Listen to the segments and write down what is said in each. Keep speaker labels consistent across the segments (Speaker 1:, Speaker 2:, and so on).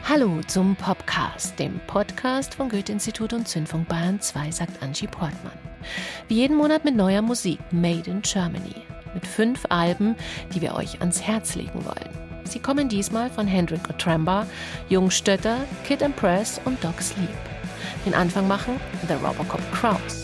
Speaker 1: Hallo zum Popcast, dem Podcast von Goethe-Institut und Zündfunk Bayern 2, sagt Angie Portmann. Wie jeden Monat mit neuer Musik, Made in Germany. Mit 5 Alben, die wir euch ans Herz legen wollen. Sie kommen diesmal von Hendrik Otremba, Jungstötter, Kid and Press und Dog Sleep. Den Anfang machen The Robocop Crowes.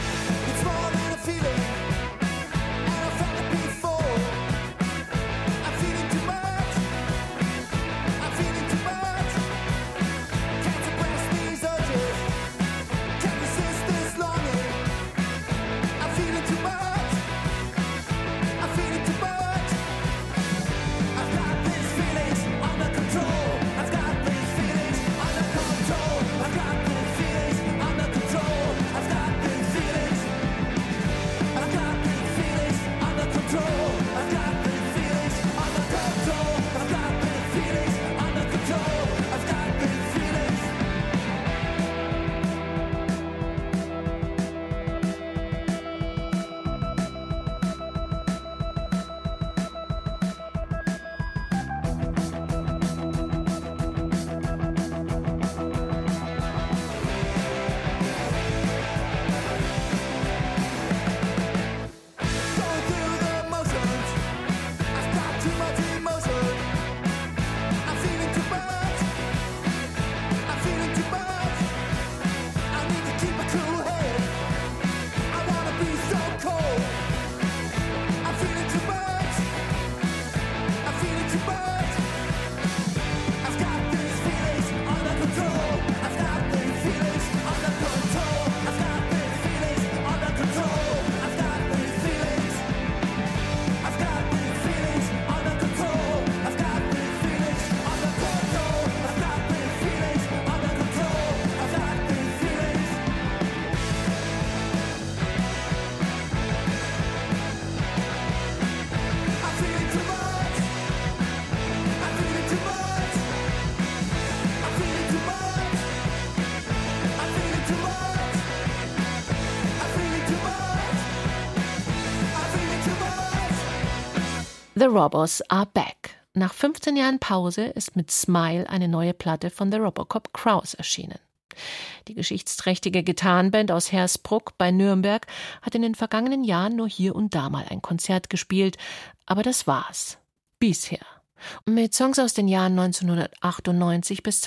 Speaker 1: The Robbers are back. Nach 15 Jahren Pause ist mit Smile eine neue Platte von The Robocop Crowes erschienen. Die geschichtsträchtige Gitarrenband aus Hersbruck bei Nürnberg hat in den vergangenen Jahren nur hier und da mal ein Konzert gespielt, aber das war's. Bisher. Mit Songs aus den Jahren 1998 bis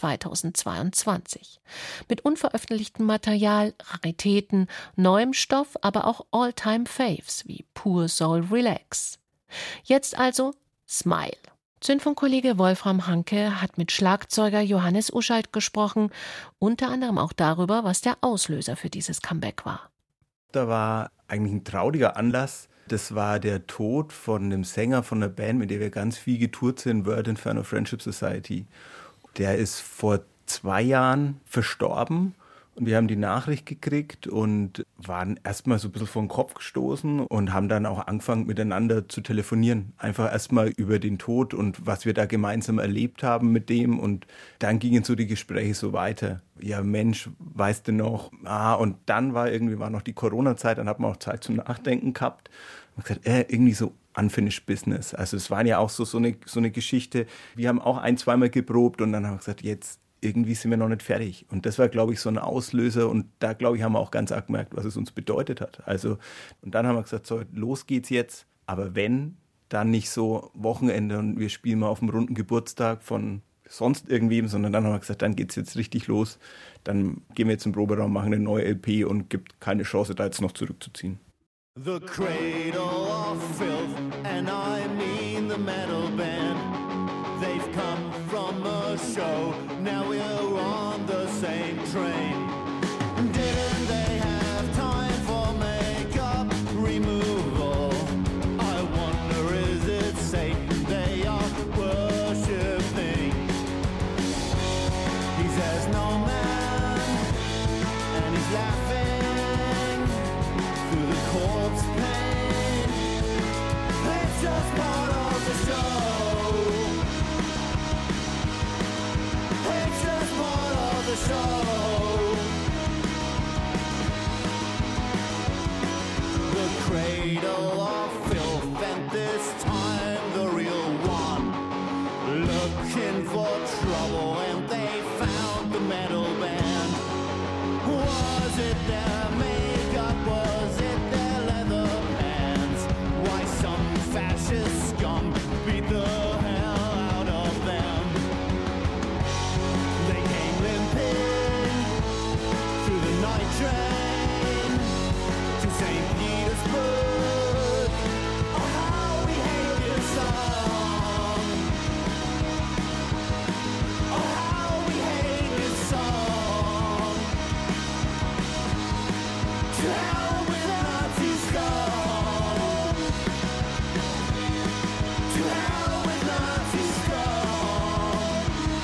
Speaker 1: 2022. Mit unveröffentlichtem Material, Raritäten, neuem Stoff, aber auch All-Time-Faves wie Pure Soul Relax. Jetzt also Smile. Zündfunkkollege Wolfram Hanke hat mit Schlagzeuger Johannes Uscheit gesprochen, unter anderem auch darüber, was der Auslöser für dieses Comeback war.
Speaker 2: Da war eigentlich ein trauriger Anlass. Das war der Tod von dem Sänger von der Band, mit der wir ganz viel getourt sind, World Inferno Friendship Society. Der ist vor 2 Jahren verstorben. Und wir haben die Nachricht gekriegt und waren erstmal so ein bisschen vor den Kopf gestoßen und haben dann auch angefangen miteinander zu telefonieren. Einfach erstmal über den Tod und was wir da gemeinsam erlebt haben mit dem. Und dann gingen so die Gespräche so weiter. Ja, Mensch, weißt du noch? Und dann war noch die Corona-Zeit, dann hat man auch Zeit zum Nachdenken gehabt. Und gesagt, irgendwie so unfinished business. Also es waren ja auch so eine Geschichte. Wir haben auch 1-2 Mal geprobt und dann haben wir gesagt, jetzt irgendwie sind wir noch nicht fertig. Und das war, glaube ich, so ein Auslöser. Und da, glaube ich, haben wir auch ganz arg gemerkt, was es uns bedeutet hat. Also, und dann haben wir gesagt, so, los geht's jetzt. Aber wenn, dann nicht so Wochenende und wir spielen mal auf dem runden Geburtstag von sonst irgendwem, sondern dann haben wir gesagt, dann geht's jetzt richtig los. Dann gehen wir jetzt im Proberaum, machen eine neue LP und gibt keine Chance, da jetzt noch zurückzuziehen.
Speaker 3: The cradle of filth, and I mean the metal band. They've come from a show, now we're on the same train. Didn't they have time for makeup removal? I wonder, is it Satan they are worshipping? He says no man, and he's laughing through the corpse pain. It's just part of the show. The cradle of filth, and this time the real one, looking for trouble, and they metal band. Was it their makeup? Was it their leather pants? Why some fascist scum beat the hell out of them? They came limping through the night train to St. Petersburg. Oh, how we hate this song. Oh, how we hate this song. To hell with Nazi scum. To hell with Nazi scum.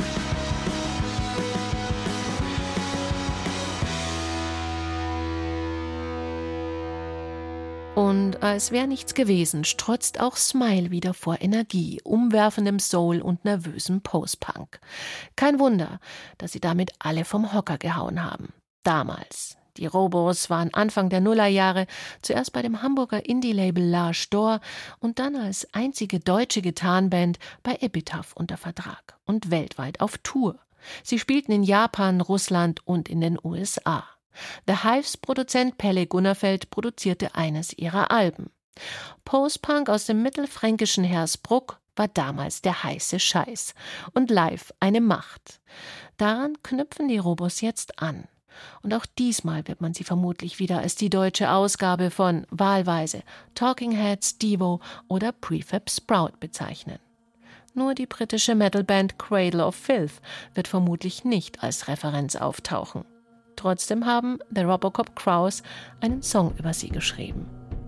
Speaker 1: Und als wäre nichts gewesen, strotzt auch Smile wieder vor Energie, umwerfendem Soul und nervösem Post-Punk. Kein Wunder, dass sie damit alle vom Hocker gehauen haben. Damals. Die Robos waren Anfang der Nullerjahre zuerst bei dem Hamburger Indie-Label L'Arche d'Or und dann als einzige deutsche Gitarrenband bei Epitaph unter Vertrag und weltweit auf Tour. Sie spielten in Japan, Russland und in den USA. The Hives Produzent Pelle Gunnerfeld produzierte eines ihrer Alben. Post-Punk aus dem mittelfränkischen Hersbruck war damals der heiße Scheiß und live eine Macht. Daran knüpfen die Robos jetzt an. Und auch diesmal wird man sie vermutlich wieder als die deutsche Ausgabe von wahlweise Talking Heads, Devo oder Prefab Sprout bezeichnen. Nur die britische Metalband Cradle of Filth wird vermutlich nicht als Referenz auftauchen. Trotzdem haben The Robocop Crows einen Song über sie geschrieben.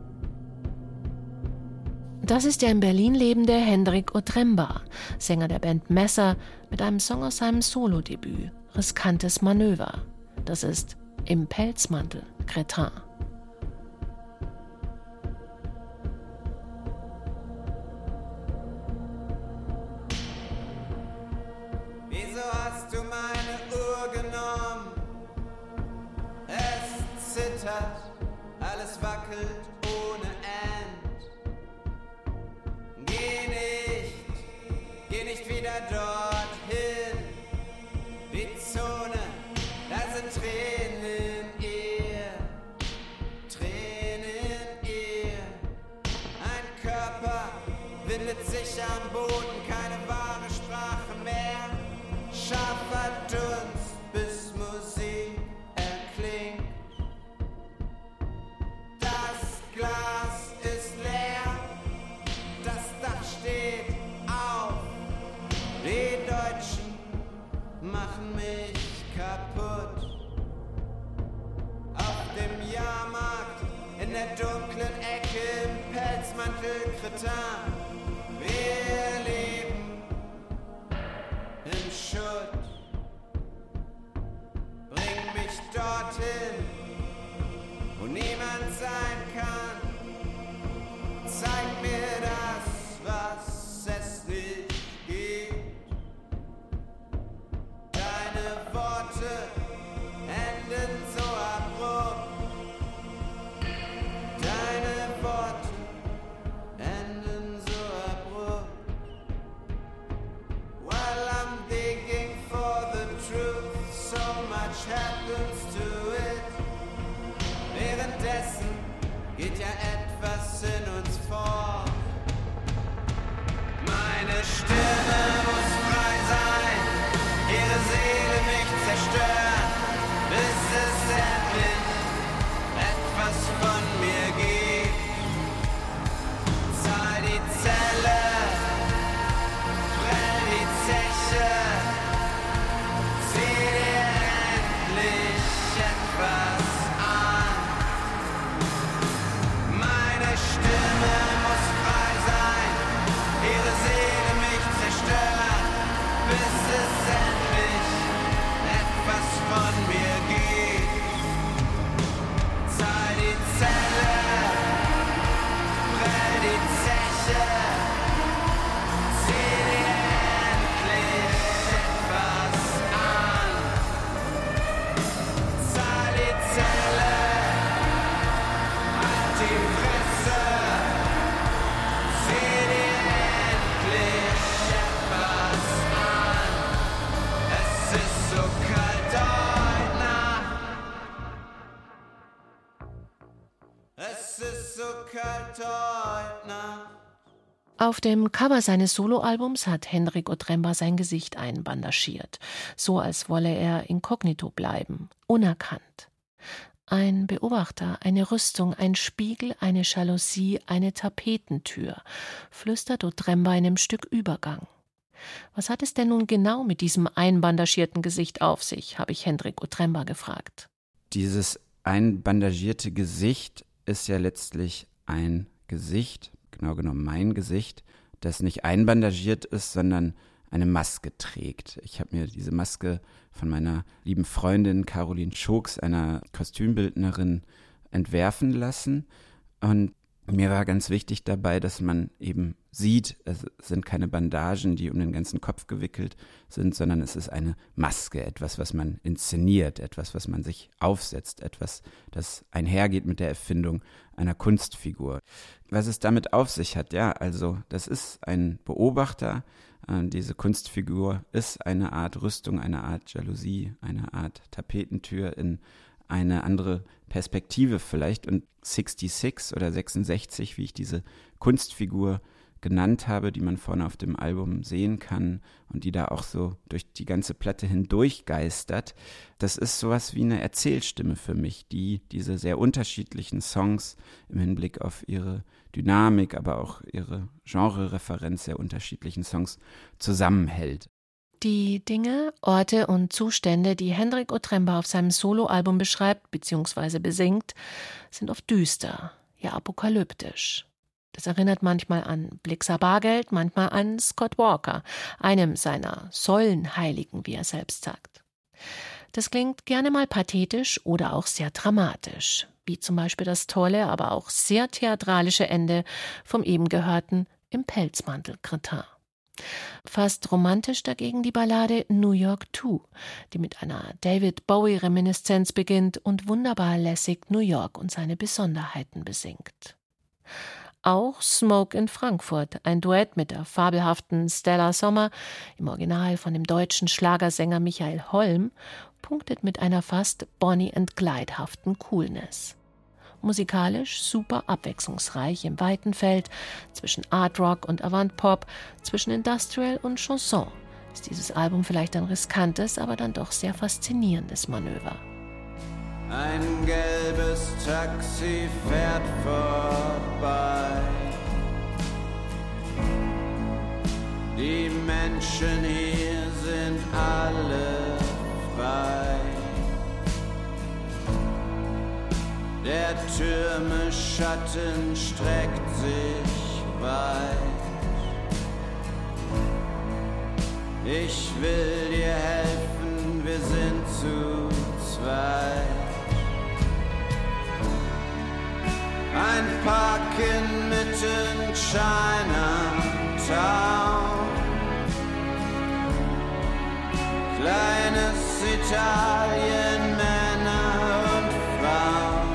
Speaker 1: Das ist der in Berlin lebende Hendrik Otremba, Sänger der Band Messer, mit einem Song aus seinem Solodebüt, Riskantes Manöver. Das ist Im Pelzmantel, Cretin.
Speaker 4: Wieso hast du meine Uhr genommen? Es zittert, alles wackelt ohne End. Geh nicht wieder dorthin. Die Zone, da sind Tränen in ihr. Ein Körper windet sich am Boden, keine wahre Sprache mehr. Scharfer Dunst, bis Musik erklingt. Das Glas ist leer, das Dach steht auf. Die Deutschen machen mich kaputt. Auf dem Jahrmarkt, in der dunklen Ecke, im Pelzmantel Cretin. Wir leben im Schutt. Bring mich dorthin, wo niemand sein kann. Zeig mir das, was es nicht gibt. Deine Worte enden so abrupt. Deine Worte enden so abrupt. While I'm digging for the truth, so much happens to it. Währenddessen geht ja etwas in uns vor. Meine Stimme muss frei sein, ihre Seele mich zerstören, bis es endlich etwas von mir gibt. Zahl die Zelle, brenn die Zeche, zieh dir endlich etwas an. kalt heute Nacht.
Speaker 1: Auf dem Cover seines Soloalbums hat Hendrik Otremba sein Gesicht einbandagiert, so als wolle er inkognito bleiben, unerkannt. Ein Beobachter, eine Rüstung, ein Spiegel, eine Jalousie, eine Tapetentür, flüstert Otremba in einem Stück Übergang. Was hat es denn nun genau mit diesem einbandagierten Gesicht auf sich, habe ich Hendrik Otremba gefragt.
Speaker 5: Dieses einbandagierte Gesicht ist ja letztlich ein Gesicht, genau genommen mein Gesicht, das nicht einbandagiert ist, sondern eine Maske trägt. Ich habe mir diese Maske von meiner lieben Freundin Caroline Schooks, einer Kostümbildnerin, entwerfen lassen. Und mir war ganz wichtig dabei, dass man eben sieht, es sind keine Bandagen, die um den ganzen Kopf gewickelt sind, sondern es ist eine Maske, etwas, was man inszeniert, etwas, was man sich aufsetzt, etwas, das einhergeht mit der Erfindung einer Kunstfigur. Was es damit auf sich hat, ja, also das ist ein Beobachter, diese Kunstfigur ist eine Art Rüstung, eine Art Jalousie, eine Art Tapetentür in eine andere Perspektive vielleicht. Und 66 oder 66, wie ich diese Kunstfigur genannt habe, die man vorne auf dem Album sehen kann und die da auch so durch die ganze Platte hindurch geistert, das ist sowas wie eine Erzählstimme für mich, die diese sehr unterschiedlichen Songs im Hinblick auf ihre Dynamik, aber auch ihre Genre-Referenz sehr unterschiedlichen Songs zusammenhält.
Speaker 1: Die Dinge, Orte und Zustände, die Hendrik Otremba auf seinem Soloalbum beschreibt bzw. besingt, sind oft düster, ja apokalyptisch. Das erinnert manchmal an Blixa Bargeld, manchmal an Scott Walker, einem seiner Säulenheiligen, wie er selbst sagt. Das klingt gerne mal pathetisch oder auch sehr dramatisch, wie zum Beispiel das tolle, aber auch sehr theatralische Ende vom eben gehörten Im Pelzmantel Cretin. Fast romantisch dagegen die Ballade New York 2, die mit einer David Bowie-Reminiszenz beginnt und wunderbar lässig New York und seine Besonderheiten besingt. Auch Smoke in Frankfurt, ein Duett mit der fabelhaften Stella Sommer, im Original von dem deutschen Schlagersänger Michael Holm, punktet mit einer fast Bonnie and Clyde-haften Coolness. Musikalisch super abwechslungsreich im weiten Feld zwischen Art Rock und Avant Pop, zwischen Industrial und Chanson, ist dieses Album vielleicht ein riskantes, aber dann doch sehr faszinierendes Manöver.
Speaker 4: Ein gelbes Taxi fährt vorbei. Die Menschen hier sind alle frei. Der Türme Schatten streckt sich weit. Ich will dir helfen, wir sind zu zweit. Ein Park inmitten Chinatown. Kleines Italien, Männer und Frauen.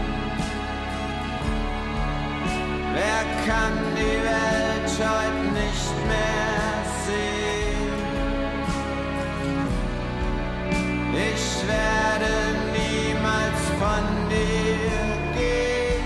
Speaker 4: Wer kann die Welt heute nicht mehr sehen? Ich werde niemals von dir gehen.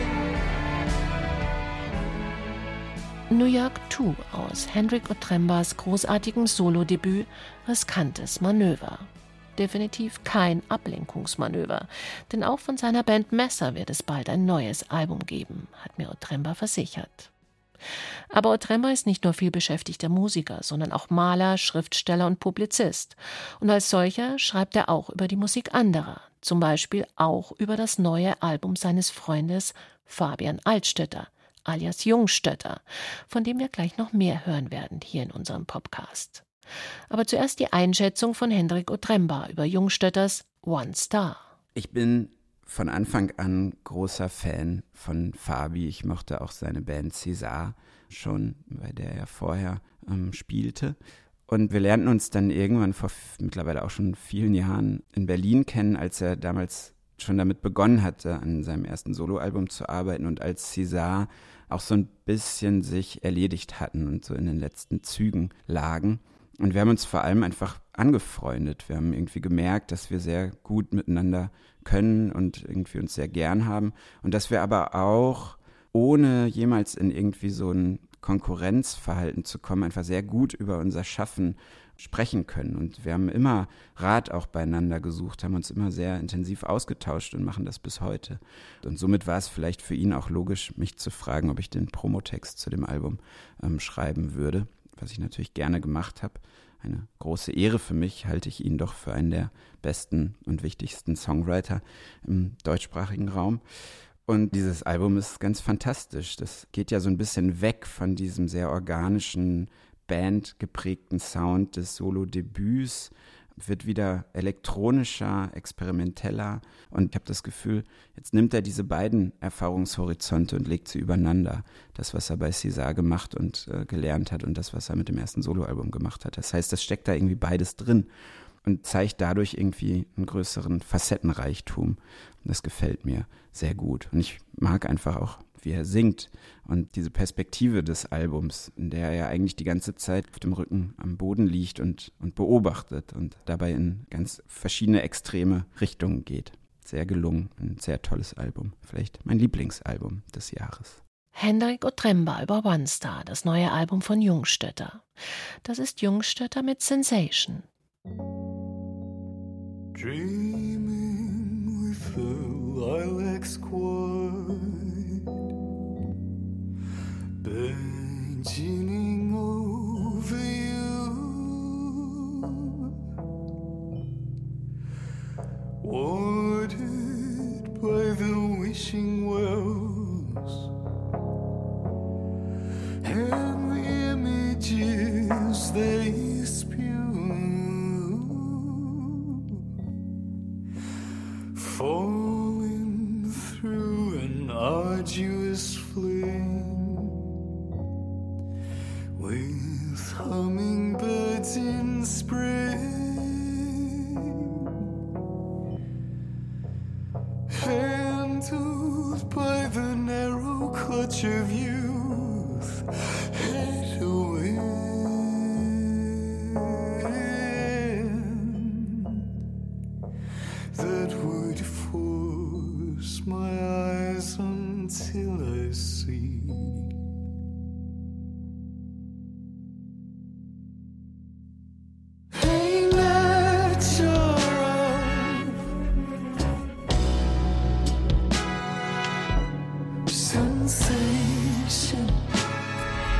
Speaker 1: New York 2 aus Hendrik Otrembas großartigem Solodebüt Riskantes Manöver. Definitiv kein Ablenkungsmanöver, denn auch von seiner Band Messer wird es bald ein neues Album geben, hat mir Otremba versichert. Aber Otremba ist nicht nur vielbeschäftigter Musiker, sondern auch Maler, Schriftsteller und Publizist. Und als solcher schreibt er auch über die Musik anderer, zum Beispiel auch über das neue Album seines Freundes Fabian Altstötter, alias Jungstötter, von dem wir gleich noch mehr hören werden hier in unserem Podcast. Aber zuerst die Einschätzung von Hendrik Otremba über Jungstötters One Star.
Speaker 5: Ich bin von Anfang an großer Fan von Fabi. Ich mochte auch seine Band César schon, bei der er vorher spielte. Und wir lernten uns dann irgendwann vor mittlerweile auch schon vielen Jahren in Berlin kennen, als er damals schon damit begonnen hatte, an seinem ersten Soloalbum zu arbeiten und als César auch so ein bisschen sich erledigt hatten und so in den letzten Zügen lagen. Und wir haben uns vor allem einfach angefreundet. Wir haben irgendwie gemerkt, dass wir sehr gut miteinander können und irgendwie uns sehr gern haben. Und dass wir aber auch ohne jemals in irgendwie so ein Konkurrenzverhalten zu kommen, einfach sehr gut über unser Schaffen sprechen können. Und wir haben immer Rat auch beieinander gesucht, haben uns immer sehr intensiv ausgetauscht und machen das bis heute. Und somit war es vielleicht für ihn auch logisch, mich zu fragen, ob ich den Promotext zu dem Album schreiben würde, was ich natürlich gerne gemacht habe. Eine große Ehre für mich, halte ich ihn doch für einen der besten und wichtigsten Songwriter im deutschsprachigen Raum. Und dieses Album ist ganz fantastisch. Das geht ja so ein bisschen weg von diesem sehr organischen, bandgeprägten Sound des Solo-Debüts, wird wieder elektronischer, experimenteller. Und ich habe das Gefühl, jetzt nimmt er diese beiden Erfahrungshorizonte und legt sie übereinander. Das, was er bei César gemacht und gelernt hat und das, was er mit dem ersten Soloalbum gemacht hat. Das heißt, das steckt da irgendwie beides drin und zeigt dadurch irgendwie einen größeren Facettenreichtum. Das gefällt mir sehr gut. Und ich mag einfach auch, wie er singt und diese Perspektive des Albums, in der er eigentlich die ganze Zeit auf dem Rücken am Boden liegt und beobachtet und dabei in ganz verschiedene extreme Richtungen geht. Sehr gelungen, ein sehr tolles Album. Vielleicht mein Lieblingsalbum des Jahres.
Speaker 1: Hendrik Otremba über One Star, das neue Album von Jungstötter. Das ist Jungstötter mit Sensation.
Speaker 3: Dreaming with the lilacs quiet, burgeoning over you, watered by the wishing wells, and the images they spew, falling through an arduous flame, with hummingbirds in spring, handled by the narrow clutch of youth, head away. That would force my eyes until I see ain't natural. Sensation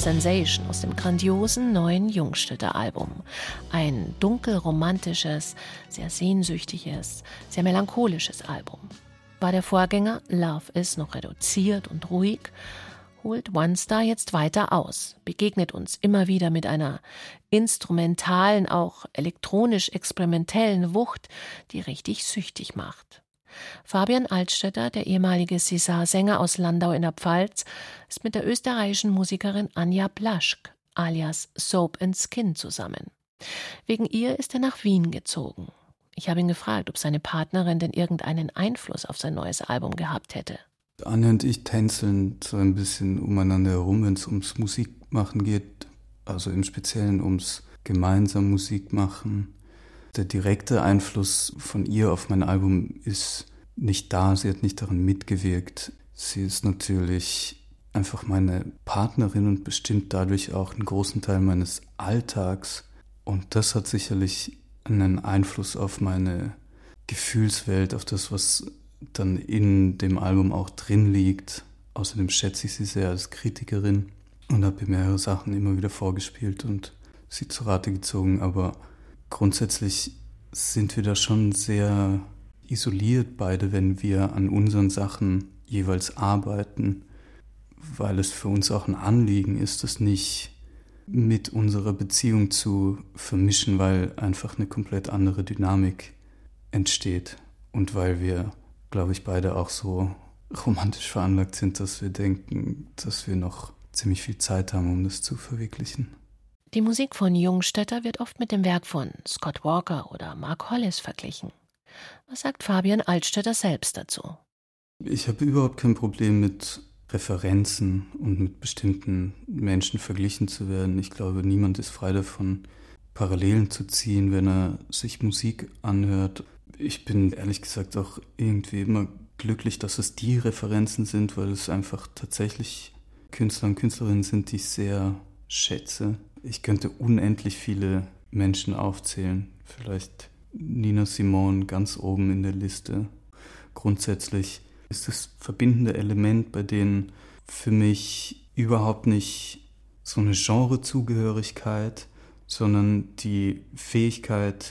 Speaker 1: Sensation aus dem grandiosen neuen Jungstädter-Album. Ein dunkelromantisches, sehr sehnsüchtiges, sehr melancholisches Album. War der Vorgänger Love Is noch reduziert und ruhig, holt One Star jetzt weiter aus, begegnet uns immer wieder mit einer instrumentalen, auch elektronisch-experimentellen Wucht, die richtig süchtig macht. Fabian Altstädter, der ehemalige César-Sänger aus Landau in der Pfalz, ist mit der österreichischen Musikerin Anja Blaschk alias Soap and Skin zusammen. Wegen ihr ist er nach Wien gezogen. Ich habe ihn gefragt, ob seine Partnerin denn irgendeinen Einfluss auf sein neues Album gehabt hätte.
Speaker 6: Anja und ich tänzeln so ein bisschen umeinander herum, wenn es ums Musikmachen geht, also im Speziellen ums gemeinsam Musik machen. Der direkte Einfluss von ihr auf mein Album ist nicht da, sie hat nicht daran mitgewirkt. Sie ist natürlich einfach meine Partnerin und bestimmt dadurch auch einen großen Teil meines Alltags. Und das hat sicherlich einen Einfluss auf meine Gefühlswelt, auf das, was dann in dem Album auch drin liegt. Außerdem schätze ich sie sehr als Kritikerin und habe ihr mehrere Sachen immer wieder vorgespielt und sie zu Rate gezogen, aber grundsätzlich sind wir da schon sehr isoliert beide, wenn wir an unseren Sachen jeweils arbeiten, weil es für uns auch ein Anliegen ist, das nicht mit unserer Beziehung zu vermischen, weil einfach eine komplett andere Dynamik entsteht und weil wir, glaube ich, beide auch so romantisch veranlagt sind, dass wir denken, dass wir noch ziemlich viel Zeit haben, um das zu verwirklichen.
Speaker 1: Die Musik von Jungstädter wird oft mit dem Werk von Scott Walker oder Mark Hollis verglichen. Was sagt Fabian Altstädter selbst dazu?
Speaker 6: Ich habe überhaupt kein Problem mit Referenzen und mit bestimmten Menschen verglichen zu werden. Ich glaube, niemand ist frei davon, Parallelen zu ziehen, wenn er sich Musik anhört. Ich bin ehrlich gesagt auch irgendwie immer glücklich, dass es die Referenzen sind, weil es einfach tatsächlich Künstler und Künstlerinnen sind, die ich sehr schätze. Ich könnte unendlich viele Menschen aufzählen. Vielleicht Nina Simone ganz oben in der Liste. Grundsätzlich ist das verbindende Element bei denen für mich überhaupt nicht so eine Genrezugehörigkeit, sondern die Fähigkeit,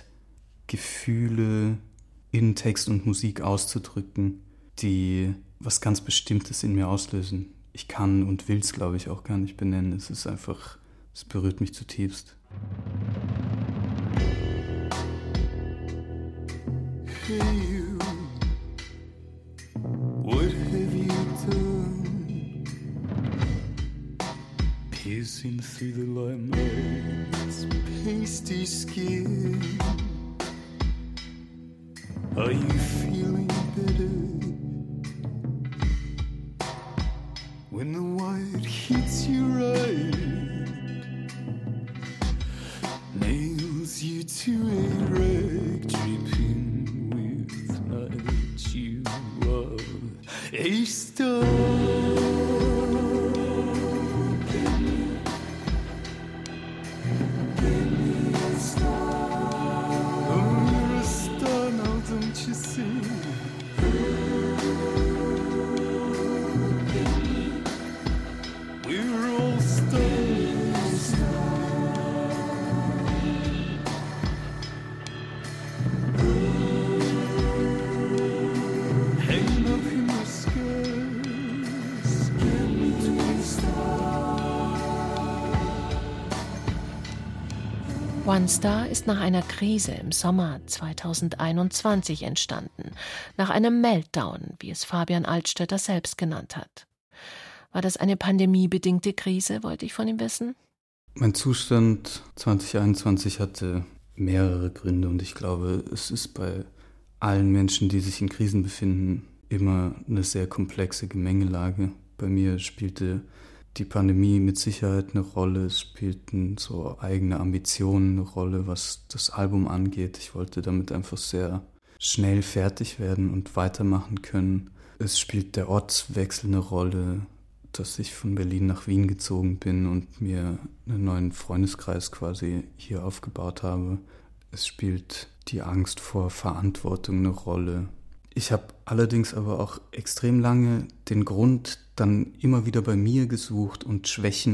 Speaker 6: Gefühle in Text und Musik auszudrücken, die was ganz Bestimmtes in mir auslösen. Ich kann und will es, glaube ich, auch gar nicht benennen. Es ist einfach, es berührt mich zutiefst.
Speaker 3: Hey you, what have you done? Piercing through the limelight's pasty skin. Are you feeling better when the white hits you right? Nails you to a rag, dripping with night. You are a star.
Speaker 1: One Star ist nach einer Krise im Sommer 2021 entstanden, nach einem Meltdown, wie es Fabian Altstädter selbst genannt hat. War das eine pandemiebedingte Krise, wollte ich von ihm wissen?
Speaker 6: Mein Zustand 2021 hatte mehrere Gründe und ich glaube, es ist bei allen Menschen, die sich in Krisen befinden, immer eine sehr komplexe Gemengelage. Bei mir spielte die Pandemie mit Sicherheit eine Rolle, es spielten so eigene Ambitionen eine Rolle, was das Album angeht. Ich wollte damit einfach sehr schnell fertig werden und weitermachen können. Es spielt der Ortswechsel eine Rolle, dass ich von Berlin nach Wien gezogen bin und mir einen neuen Freundeskreis quasi hier aufgebaut habe. Es spielt die Angst vor Verantwortung eine Rolle. Ich habe allerdings aber auch extrem lange den Grund dann immer wieder bei mir gesucht und Schwächen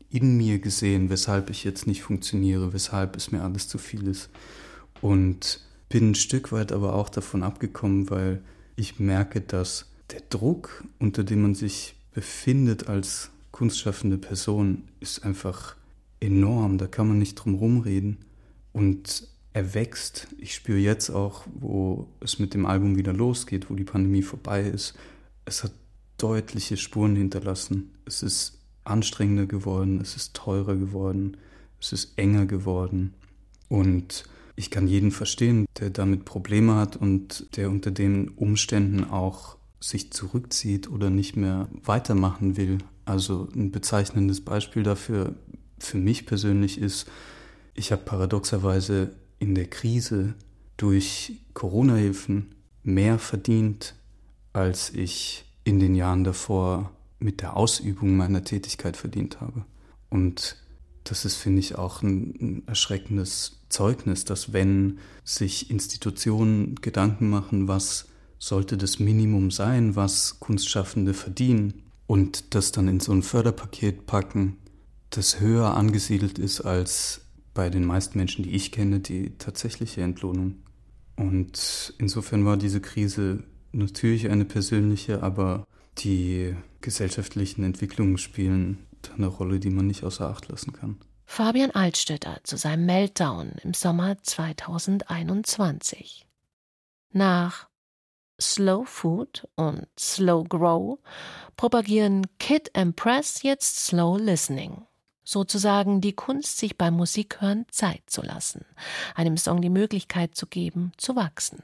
Speaker 6: in mir gesehen, weshalb ich jetzt nicht funktioniere, weshalb es mir alles zu viel ist. Und bin ein Stück weit aber auch davon abgekommen, weil ich merke, dass der Druck, unter dem man sich befindet als kunstschaffende Person, ist einfach enorm. Da kann man nicht drum rumreden. Und er wächst. Ich spüre jetzt auch, wo es mit dem Album wieder losgeht, wo die Pandemie vorbei ist. Es hat deutliche Spuren hinterlassen. Es ist anstrengender geworden, es ist teurer geworden, es ist enger geworden. Und ich kann jeden verstehen, der damit Probleme hat und der unter den Umständen auch sich zurückzieht oder nicht mehr weitermachen will. Also ein bezeichnendes Beispiel dafür für mich persönlich ist, ich habe paradoxerweise in der Krise durch Corona-Hilfen mehr verdient, als ich in den Jahren davor mit der Ausübung meiner Tätigkeit verdient habe. Und das ist, finde ich, auch ein erschreckendes Zeugnis, dass wenn sich Institutionen Gedanken machen, was sollte das Minimum sein, was Kunstschaffende verdienen, und das dann in so ein Förderpaket packen, das höher angesiedelt ist als bei den meisten Menschen, die ich kenne, die tatsächliche Entlohnung. Und insofern war diese Krise natürlich eine persönliche, aber die gesellschaftlichen Entwicklungen spielen eine Rolle, die man nicht außer Acht lassen kann.
Speaker 1: Fabian Altstötter zu seinem Meltdown im Sommer 2021. Nach Slow Food und Slow Grow propagieren Kid and Press jetzt Slow Listening. Sozusagen die Kunst, sich beim Musikhören Zeit zu lassen, einem Song die Möglichkeit zu geben, zu wachsen.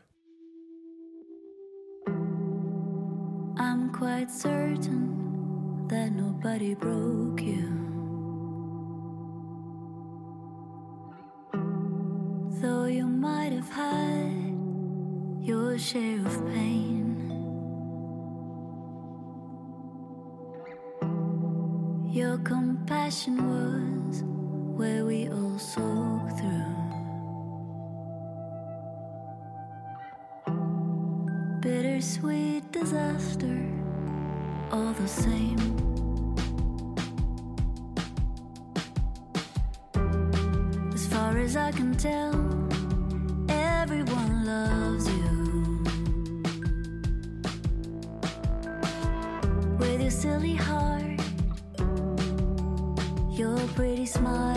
Speaker 7: I'm quite certain that nobody broke you. Though you might have had your share of pain. Your compassion was where we all soak through. Bittersweet disaster, all the same. As far as I can tell, everyone loves you. With your silly heart, your pretty smile,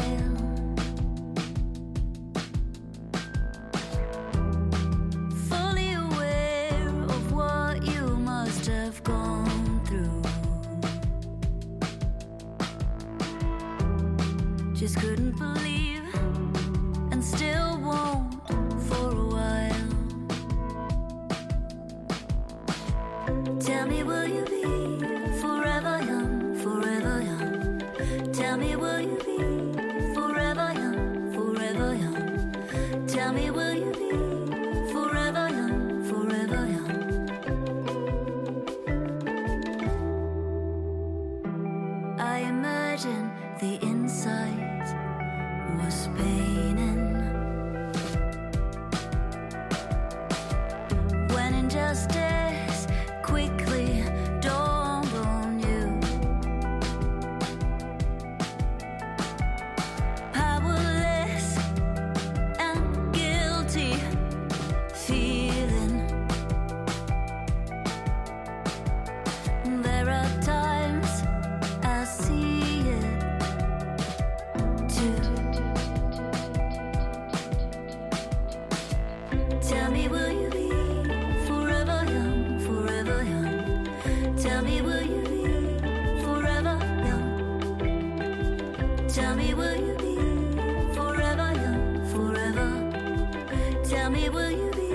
Speaker 7: fully aware of what you must have gone through. Just couldn't believe and still won't for a while. Tell me, will you be forever young, forever young? Tell me, will you be forever young, forever young? Tell me, will you be forever young, forever young? I imagine the inside was paining when injustice quickly dawned on you. Powerless and guilty feeling. There are times I see it too. Tell me, will you be forever young, forever young? Tell me, will you be forever young? Tell me, will you be forever young, forever? Tell me, will you be?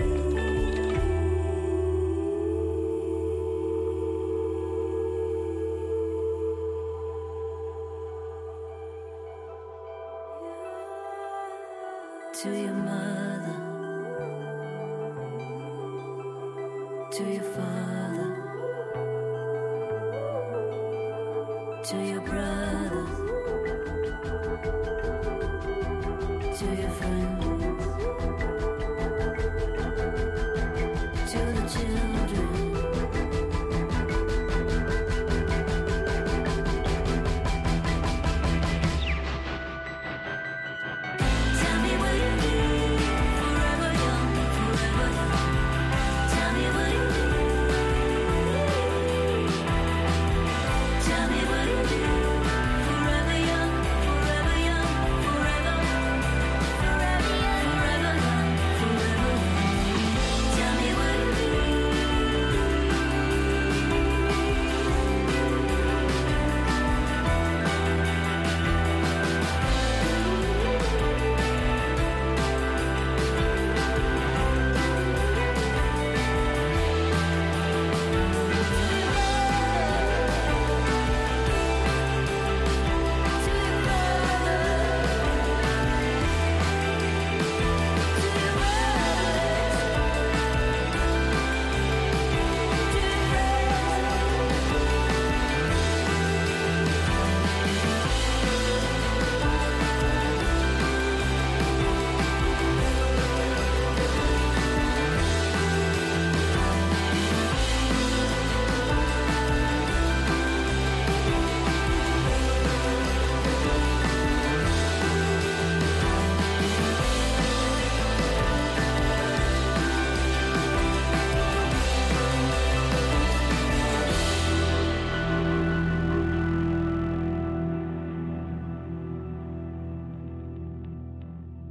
Speaker 7: To your mother, to your father, to your brother, to your friends, to the children.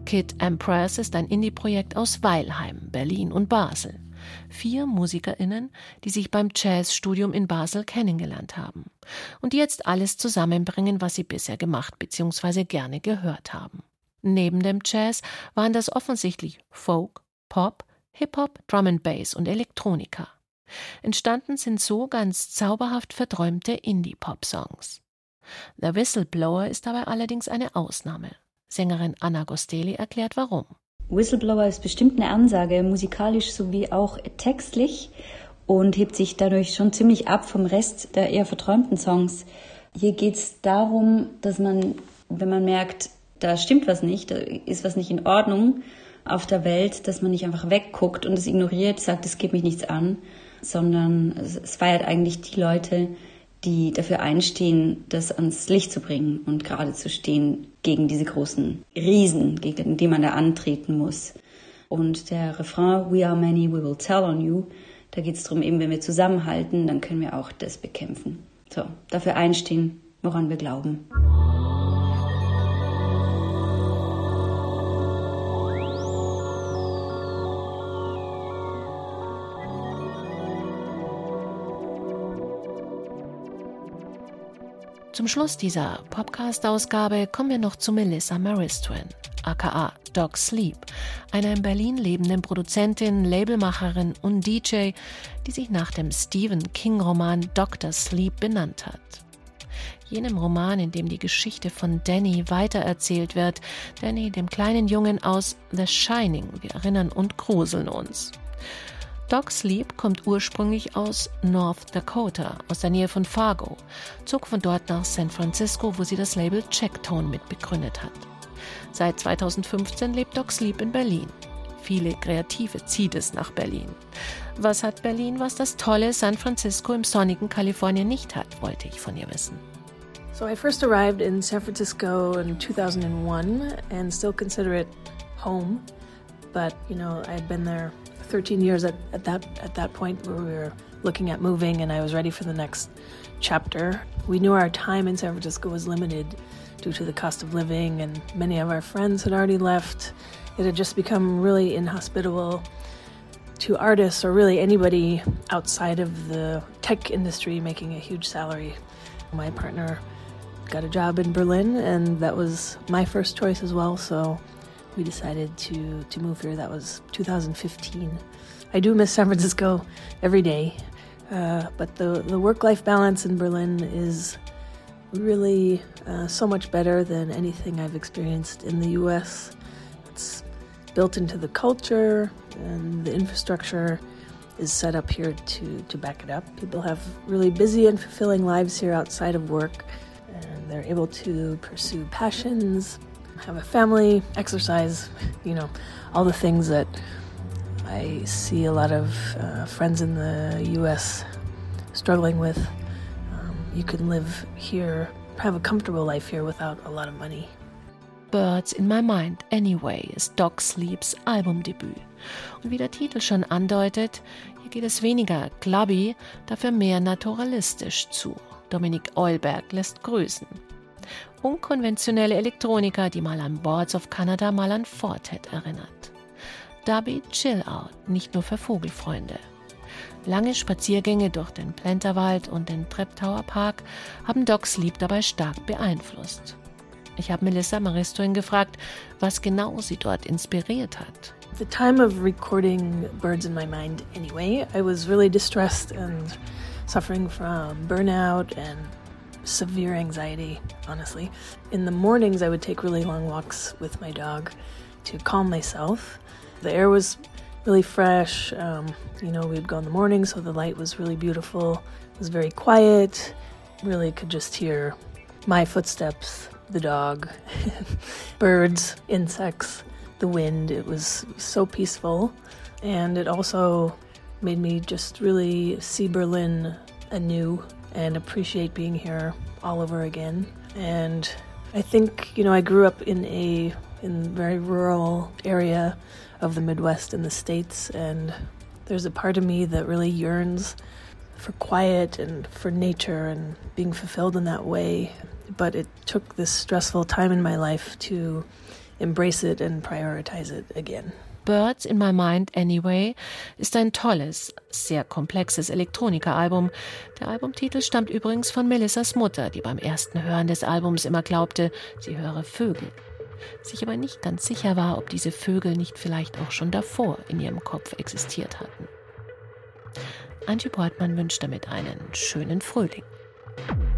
Speaker 1: Kid Empress ist ein Indie-Projekt aus Weilheim, Berlin und Basel. 4 MusikerInnen, die sich beim Jazzstudium in Basel kennengelernt haben und die jetzt alles zusammenbringen, was sie bisher gemacht bzw. gerne gehört haben. Neben dem Jazz waren das offensichtlich Folk, Pop, Hip-Hop, Drum and Bass und Elektronika. Entstanden sind so ganz zauberhaft verträumte Indie-Pop-Songs. The Whistleblower ist dabei allerdings eine Ausnahme. Sängerin Anna Gosteli erklärt warum.
Speaker 8: Whistleblower ist bestimmt eine Ansage, musikalisch sowie auch textlich, und hebt sich dadurch schon ziemlich ab vom Rest der eher verträumten Songs. Hier geht es darum, dass man, wenn man merkt, da stimmt was nicht, da ist was nicht in Ordnung auf der Welt, dass man nicht einfach wegguckt und es ignoriert, sagt, es geht mich nichts an, sondern es feiert eigentlich die Leute, die dafür einstehen, das ans Licht zu bringen und gerade zu stehen gegen diese großen Riesen, gegen die man da antreten muss. Und der Refrain, "We are many, we will tell on you", da geht es darum, eben wenn wir zusammenhalten, dann können wir auch das bekämpfen. So, dafür einstehen, woran wir glauben.
Speaker 1: Zum Schluss dieser Podcast-Ausgabe kommen wir noch zu Melissa Maristuen, aka Dog Sleep, einer in Berlin lebenden Produzentin, Labelmacherin und DJ, die sich nach dem Stephen King-Roman Dr. Sleep benannt hat. Jenem Roman, in dem die Geschichte von Danny weitererzählt wird, Danny, dem kleinen Jungen aus The Shining, wir erinnern und gruseln uns. Dog Sleep kommt ursprünglich aus North Dakota, aus der Nähe von Fargo, zog von dort nach San Francisco, wo sie das Label Checktone mitbegründet hat. Seit 2015 lebt Dog Sleep in Berlin. Viele Kreative zieht es nach Berlin. Was hat Berlin, was das tolle San Francisco im sonnigen Kalifornien nicht hat, wollte ich von ihr wissen.
Speaker 9: So I first arrived in San Francisco in 2001 and still consider it home, but I had been there 13 years at that point where we were looking at moving and I was ready for the next chapter. We knew our time in San Francisco was limited due to the cost of living, and many of our friends had already left. It had just become really inhospitable to artists or really anybody outside of the tech industry making a huge salary. My partner got a job in Berlin and that was my first choice as well, so we decided to move here. That was 2015. I do miss San Francisco every day, but the work-life balance in Berlin is really so much better than anything I've experienced in the U.S. It's built into the culture, and the infrastructure is set up here to back it up. People have really busy and fulfilling lives here outside of work, and they're able to pursue passions, have a family, exercise, all the things that I see a lot of friends in the U.S. struggling with. You can live here, have a comfortable life here without a lot of money.
Speaker 1: Birds in My Mind Anyway ist Dog Sleeps Albumdebüt. Und wie der Titel schon andeutet, hier geht es weniger clubby, dafür mehr naturalistisch zu. Dominik Eulberg lässt grüßen. Unkonventionelle Elektronika, die mal an Boards of Canada, mal an Fortet erinnert. Dubby Chill Out, nicht nur für Vogelfreunde. Lange Spaziergänge durch den Plenterwald und den Treptower Park haben Dog Sleep dabei stark beeinflusst. Ich habe Melissa Maristuen gefragt, was genau sie dort inspiriert hat.
Speaker 9: At the time of recording Birds in My Mind Anyway, I was really distressed and suffering from burnout and severe anxiety, honestly. In the mornings, I would take really long walks with my dog to calm myself. The air was really fresh. We'd go in the morning, so the light was really beautiful. It was very quiet. Really could just hear my footsteps, the dog, birds, insects, the wind. It was so peaceful. And it also made me just really see Berlin anew and appreciate being here all over again. And I think, I grew up in a very rural area of the Midwest in the States, and there's a part of me that really yearns for quiet and for nature and being fulfilled in that way. But it took this stressful time in my life to embrace it and prioritize it again.
Speaker 1: Birds in My Mind Anyway ist ein tolles, sehr komplexes Elektronika-Album. Der Albumtitel stammt übrigens von Melissas Mutter, die beim ersten Hören des Albums immer glaubte, sie höre Vögel. Sich aber nicht ganz sicher war, ob diese Vögel nicht vielleicht auch schon davor in ihrem Kopf existiert hatten. Angie Portman wünscht damit einen schönen Frühling.